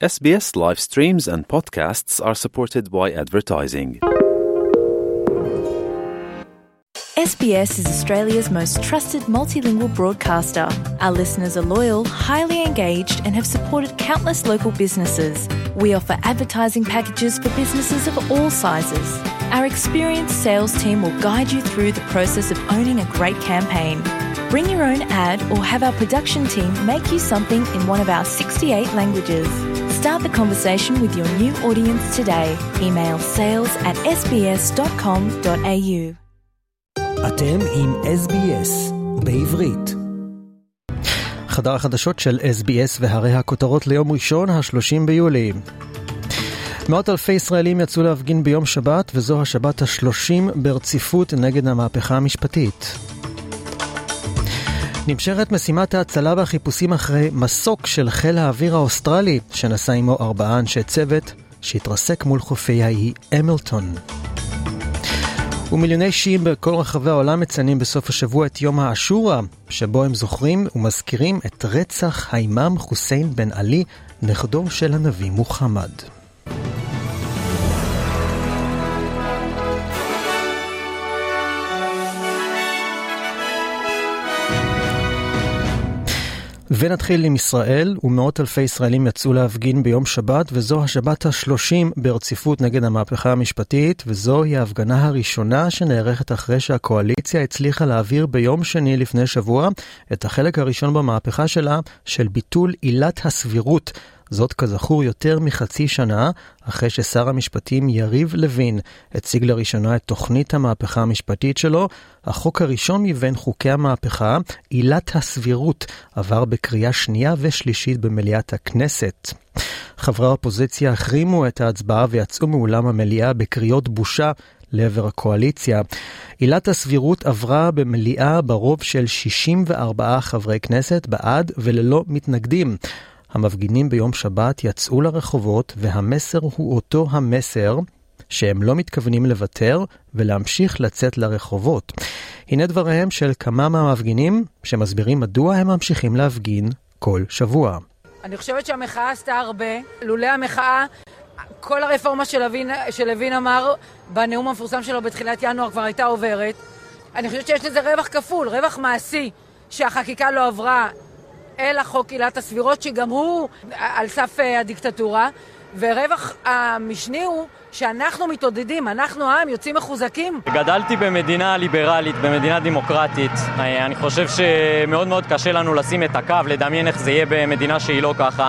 SBS live streams and podcasts are supported by advertising. SBS is Australia's most trusted multilingual broadcaster. Our listeners are loyal, highly engaged, and have supported countless local businesses. We offer advertising packages for businesses of all sizes. Our experienced sales team will guide you through the process of owning a great campaign. Bring your own ad or have our production team make you something in one of our 68 languages. Start the conversation with your new audience today. Email sales@sbs.com.au. אתם עם SBS בעברית. חדר החדשות של SBS והרי הכותרות ליום ראשון, ה-30 ביולי. מאות אלפי ישראלים יצאו להפגין ביום שבת, וזו השבת ה-30 ברציפות נגד המהפכה המשפטית. נמשכת משימת ההצלה והחיפושים אחרי מסוק של חיל האוויר האוסטרלי, שנסע עמו 4 אנשי צוות שהתרסק מול חופי האי המילטון. ומיליוני שיעים בכל רחבי העולם מציינים בסוף השבוע את יום האשורה, שבו הם זוכרים ומזכירים את רצח האימאם חוסיין בן עלי, נכדו של הנביא מוחמד. ונתחיל עם ישראל, ומאות אלפי ישראלים יצאו להפגין ביום שבת, וזו השבת ה-30 ברציפות נגד המהפכה המשפטית, וזוהי ההפגנה הראשונה שנערכת אחרי שהקואליציה הצליחה להעביר ביום שני לפני שבוע את החלק הראשון במהפכה שלה של ביטול עילת הסבירות. זאת כזכור יותר מחצי שנה אחרי ששר המשפטים יריב לוין הציג לראשונה את תוכנית המהפכה המשפטית שלו. החוק הראשון מבין חוקי המהפכה, עילת הסבירות, עבר בקריאה שנייה ושלישית במליאת הכנסת. חברי האופוזיציה החרימו את ההצבעה ויצאו מאולם המליאה בקריאות בושה לעבר הקואליציה. עילת הסבירות עברה במליאה ברוב של 64 חברי כנסת בעד וללא מתנגדים. המפגינים ביום שבת יצאו לרחובות, והמסר הוא אותו המסר שהם לא מתכוונים לוותר ולהמשיך לצאת לרחובות. הנה דבריהם של כמה מהמפגינים שמסבירים מדוע הם ממשיכים להפגין כל שבוע. אני חושבת שהמחאה עשתה הרבה. לולא המחאה, כל הרפורמה של לוין אמר בנאום המפורסם שלו בתחילת ינואר כבר הייתה עוברת. אני חושבת שיש לזה רווח כפול, רווח מעשי, שהחקיקה לא עברה אל החוק עילת הסבירות, שגם הוא על סף הדיקטטורה, ורווח המשני הוא שאנחנו מתעודדים, אנחנו העם יוצאים מחוזקים. גדלתי במדינה ליברלית, במדינה דמוקרטית. אני חושב שמאוד מאוד קשה לנו לשים את הקו, לדמיין איך זה יהיה במדינה שהיא לא ככה.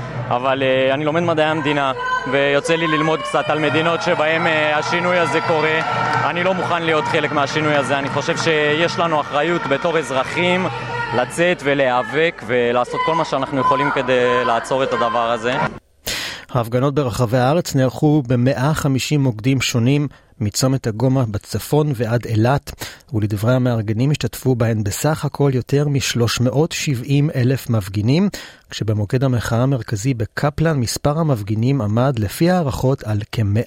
אבל אני לומד מדעי המדינה, ויוצא לי ללמוד קצת על מדינות שבהם השינוי הזה קורה. אני לא מוכן להיות חלק מהשינוי הזה. אני חושב שיש לנו אחריות בתור אזרחים לצאת ולהיאבק ולעשות כל מה שאנחנו יכולים כדי לעצור את הדבר הזה. ההפגנות ברחבי הארץ נערכו ב-150 מוקדים שונים, מצומת הגומה בצפון ועד אילת, ולדברי המארגנים השתתפו בהן בסך הכל יותר מ-370,000 מפגינים, כשבמוקד המחאה המרכזי בקפלן מספר המפגינים עמד לפי הערכות על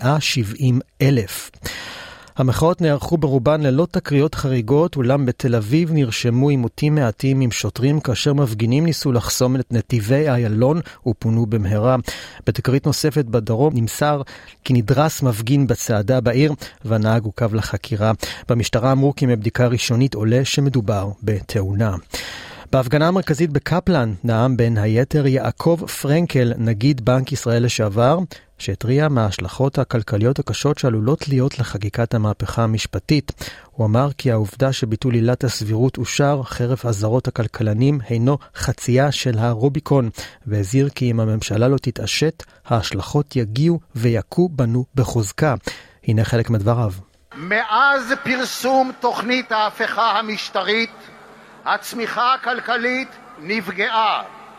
כ-170,000. המחאות נערכו ברובן ללא תקריות חריגות, אולם בתל אביב נרשמו עימותים מעטים עם שוטרים, כאשר מפגינים ניסו לחסום את נתיבי איילון ופונו במהרה. בתקרית נוספת בדרום נמסר כי נדרס מפגין בצעדה בעיר, והנהג עוכב לחקירה. במשטרה אמרו כי מבדיקה ראשונית עולה שמדובר בתאונה. בהפגנה המרכזית בקפלן נאם בין היתר יעקב פרנקל, נגיד בנק ישראל לשעבר, שהתריע מההשלכות הכלכליות הקשות שעלולות להיות לחקיקת המהפכה המשפטית. הוא אמר כי העובדה שביטול עילת הסבירות אושר חרף אזהרות הכלכלנים הינו חצייה של הרוביקון, והזהיר כי אם הממשלה לא תתעשת, ההשלכות יגיעו ויכו בנו בחוזקה. הנה חלק מדבריו. מאז פרסום תוכנית ההפיכה המשטרית, הצמיחה הכלכלית נפגעה,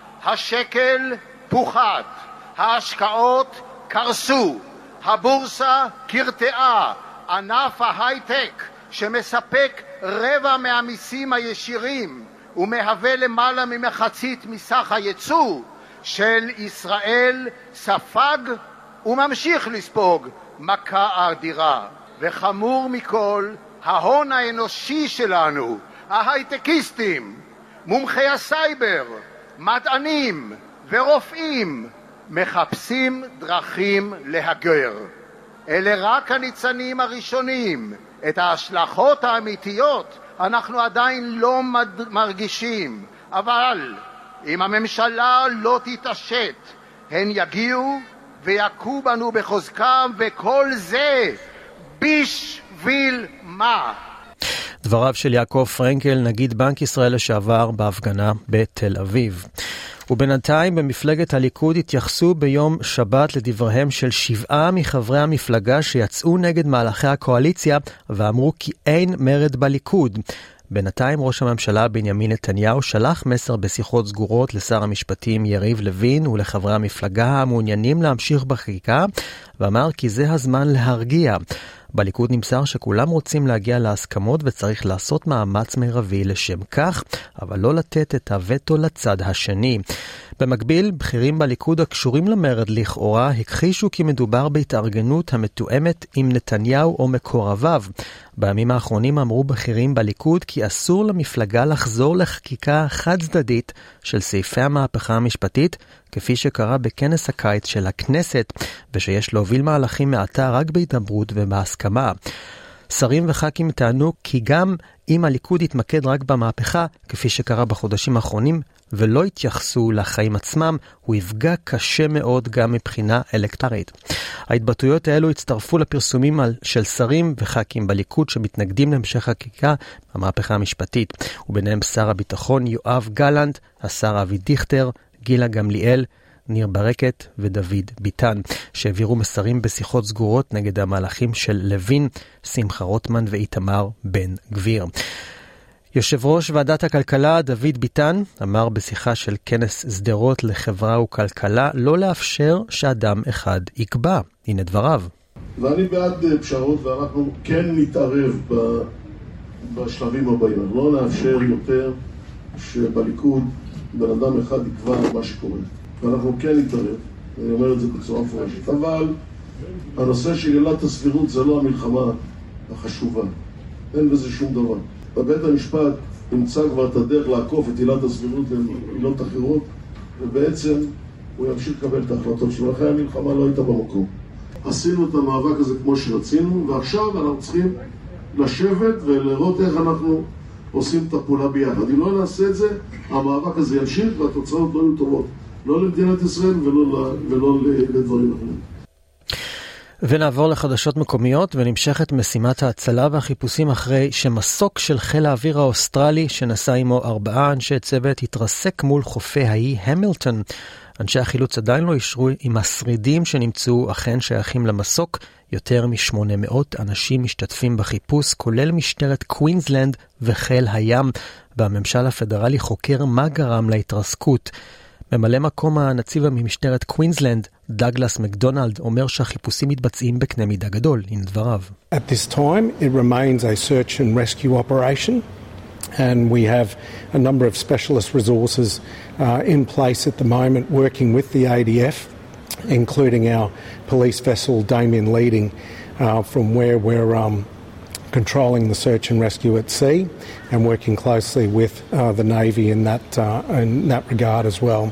השקל פוחת, ההשקעות קרסו, הבורסה קרטעה, ענף ההייטק שמספק רבע מהמיסים הישירים ומהווה למעלה ממחצית מסך הייצוא של ישראל ספג וממשיך לספוג מכה אדירה. וחמור מכל, ההון האנושי שלנו, ההייטקיסטים, מומחי הסייבר, מדענים ורופאים מחפשים דרכים להגר. אלה רק הניצנים הראשונים. את ההשלכות האמיתיות אנחנו עדיין לא מרגישים. אבל אם הממשלה לא תתעשת, הן יגיעו ויקו בנו בחוזקם, וכל זה בשביל מה? דבריו של יעקב פרנקל, נגיד בנק ישראל לשעבר, בהפגנה בתל אביב. ובינתיים במפלגת הליכוד התייחסו ביום שבת לדבריהם של 7 מחברי המפלגה שיצאו נגד מהלכי הקואליציה ואמרו כי אין מרד בליכוד. בינתיים ראש הממשלה בנימין נתניהו שלח מסר בשיחות סגורות לשר המשפטים יריב לוין ולחברי המפלגה המעוניינים להמשיך בחקיקה, ואמר כי זה הזמן להרגיע. בליכוד נמסר שכולם רוצים להגיע להסכמות וצריך לעשות מאמץ מרבי לשם כך, אבל לא לתת את הווטו לצד השני. במקביל, בכירים בליכוד הקשורים למרד לכאורה הכחישו כי מדובר בהתארגנות המתואמת עם נתניהו או מקורביו. בימים האחרונים אמרו בכירים בליכוד כי אסור למפלגה לחזור לחקיקה חד צדדית של סעיפי המהפכה המשפטית, כפי שקרה בכנס הקיץ של הכנסת, ושיש להוביל מהלכים מעתה רק בהתדברות ובהסכמה. שרים וח"כים טענו כי גם אם הליכוד יתמקד רק במהפכה, כפי שקרה בחודשים האחרונים, ולא יתייחסו לחיים עצמם, הוא יפגע קשה מאוד גם מבחינה אלקטורית. ההתבטאויות האלו הצטרפו לפרסומים של שרים וח"כים בליכוד שמתנגדים להמשך חקיקה במהפכה המשפטית, וביניהם שר הביטחון יואב גלנט, השר אבי דיכטר, גילה גמליאל, ניר ברקת ודוד ביטן, שהעבירו מסרים בשיחות סגורות נגד המהלכים של לוין, שמחה רוטמן ואיתמר בן גביר. יושב ראש ועדת הכלכלה דוד ביטן אמר בשיחה של כנס סדרות לחברה וכלכלה לא לאפשר שאדם אחד יקבע. הנה דבריו. ואני בעד פשרות, ואנחנו כן נתערב בשלבים הבאים. אנחנו לא נאפשר יותר שבליכוד בן אדם אחד יקבע מה שקורה. ואנחנו כן נתערב, אני אומר את זה בצורה מפורשת. אבל הנושא של עילת הסבירות זה לא המלחמה החשובה. אין בזה שום דבר. בבית המשפט נמצא כבר את הדרך לעקוף את עילת הסבירות לעילות אחרות, ובעצם הוא ימשיך לקבל את ההחלטות שלו. לכן המלחמה לא הייתה במקום. עשינו את המאבק הזה כמו שרצינו, ועכשיו אנחנו צריכים לשבת ולראות איך אנחנו עושים את הפעולה ביחד. אם לא נעשה את זה, המאבק הזה ימשיך והתוצאות לא יהיו טובות. לא למדינת ישראל ולא לדברים אחרים. ונעבור לחדשות מקומיות, ונמשכת משימת ההצלה והחיפושים אחרי שמסוק של חיל האוויר האוסטרלי שנשא עמו 4 אנשי צוות התרסק מול חופי האי המילטון. אנשי החילוץ עדיין לא אישרו עם השרידים שנמצאו אכן שייכים למסוק. יותר מ-800 אנשים משתתפים בחיפוש, כולל משטרת קווינסלנד וחיל הים, והממשל הפדרלי חוקר מה גרם להתרסקות. ממלא מקום הנציב ממשטרת קווינסלנד, דאגלס מקדונלד, אומר שהחיפושים מתבצעים בקנה מידה גדול. הנה דבריו. At this time, it remains a search and rescue operation, and we have a number of specialist resources in place at the moment working with the ADF, including our police vessel Damien Leading, from where we're controlling the search and rescue at sea and working closely with the Navy in that regard as well.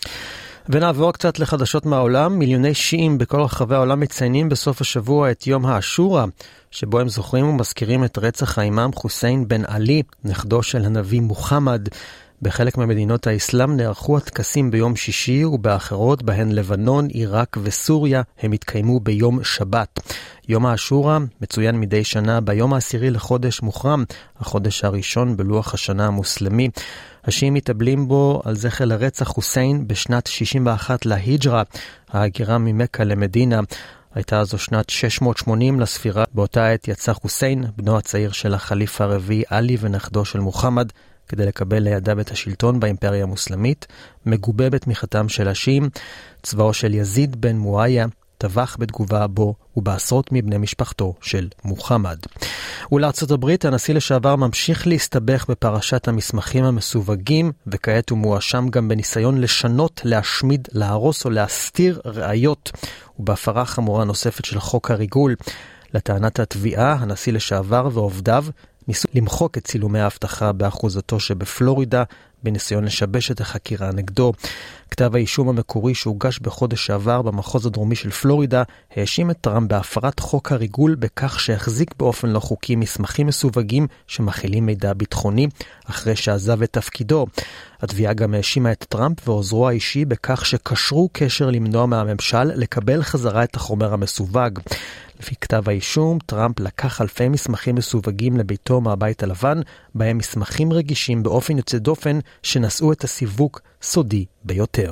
ונעבור קצת לחדשות מהעולם. מיליוני שיעים בכל רחבי העולם מציינים בסוף השבוע את יום האשורה, שבו הם זוכרים ומזכירים את רצח האימאם חוסיין בן עלי, נכדו של הנביא מוחמד. בחלק ממדינות האסלאם נערכו הטקסים ביום שישי, ובאחרות בהן לבנון, עיראק וסוריה הם התקיימו ביום שבת. יום האשורה מצוין מדי שנה ביום ה10 לחודש מוחרם, החודש הראשון בלוח השנה המוסלמי. השיעים מתאבלים בו על זכר לרצח חוסיין בשנת 61 להיג'רה, ההגירה ממכה למדינה. הייתה זו שנת 680 לספירה. באותה עת יצא חוסיין, בנו הצעיר של החליף הרביעי עלי ונכדו של מוחמד, כדי לקבל לידיו את השלטון באימפריה המוסלמית, מגובה בתמיכתם של השיעים. צבאו של יזיד בן מועיה טבח בתגובה בו ובעשרות מבני משפחתו של מוחמד. ולארצות הברית הנשיא לשעבר ממשיך להסתבך בפרשת המסמכים המסווגים, וכעת הוא מואשם גם בניסיון לשנות, להשמיד, להרוס או להסתיר ראיות, ובהפרה חמורה נוספת של חוק הריגול. לטענת התביעה, הנשיא לשעבר ועובדיו ניסו למחוק את צילומי ההבטחה באחוזתו שבפלורידה, בניסיון לשבש את החקירה נגדו. כתב האישום המקורי שהוגש בחודש שעבר במחוז הדרומי של פלורידה האשים את טראמפ בהפרת חוק הריגול בכך שהחזיק באופן לא חוקי מסמכים מסווגים שמכילים מידע ביטחוני אחרי שעזב את תפקידו. התביעה גם האשימה את טראמפ ועוזרו האישי בכך שקשרו קשר למנוע מהממשל לקבל חזרה את החומר המסווג. לפי כתב האישום, טראמפ לקח אלפי מסמכים מסווגים לביתו מהבית הלבן, בהם מסמכים רגישים באופן יוצא דופן שנשאו את הסיווג סודי ביותר.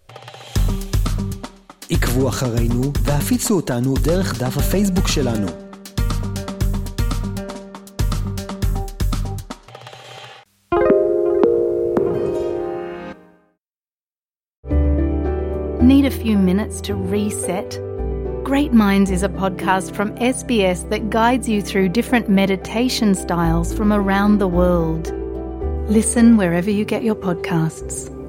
עקבו אחרינו והפיצו אותנו דרך דף הפייסבוק שלנו. Need a few minutes to reset? Great Minds is a podcast from SBS that guides you through different meditation styles from around the world. Listen wherever you get your podcasts.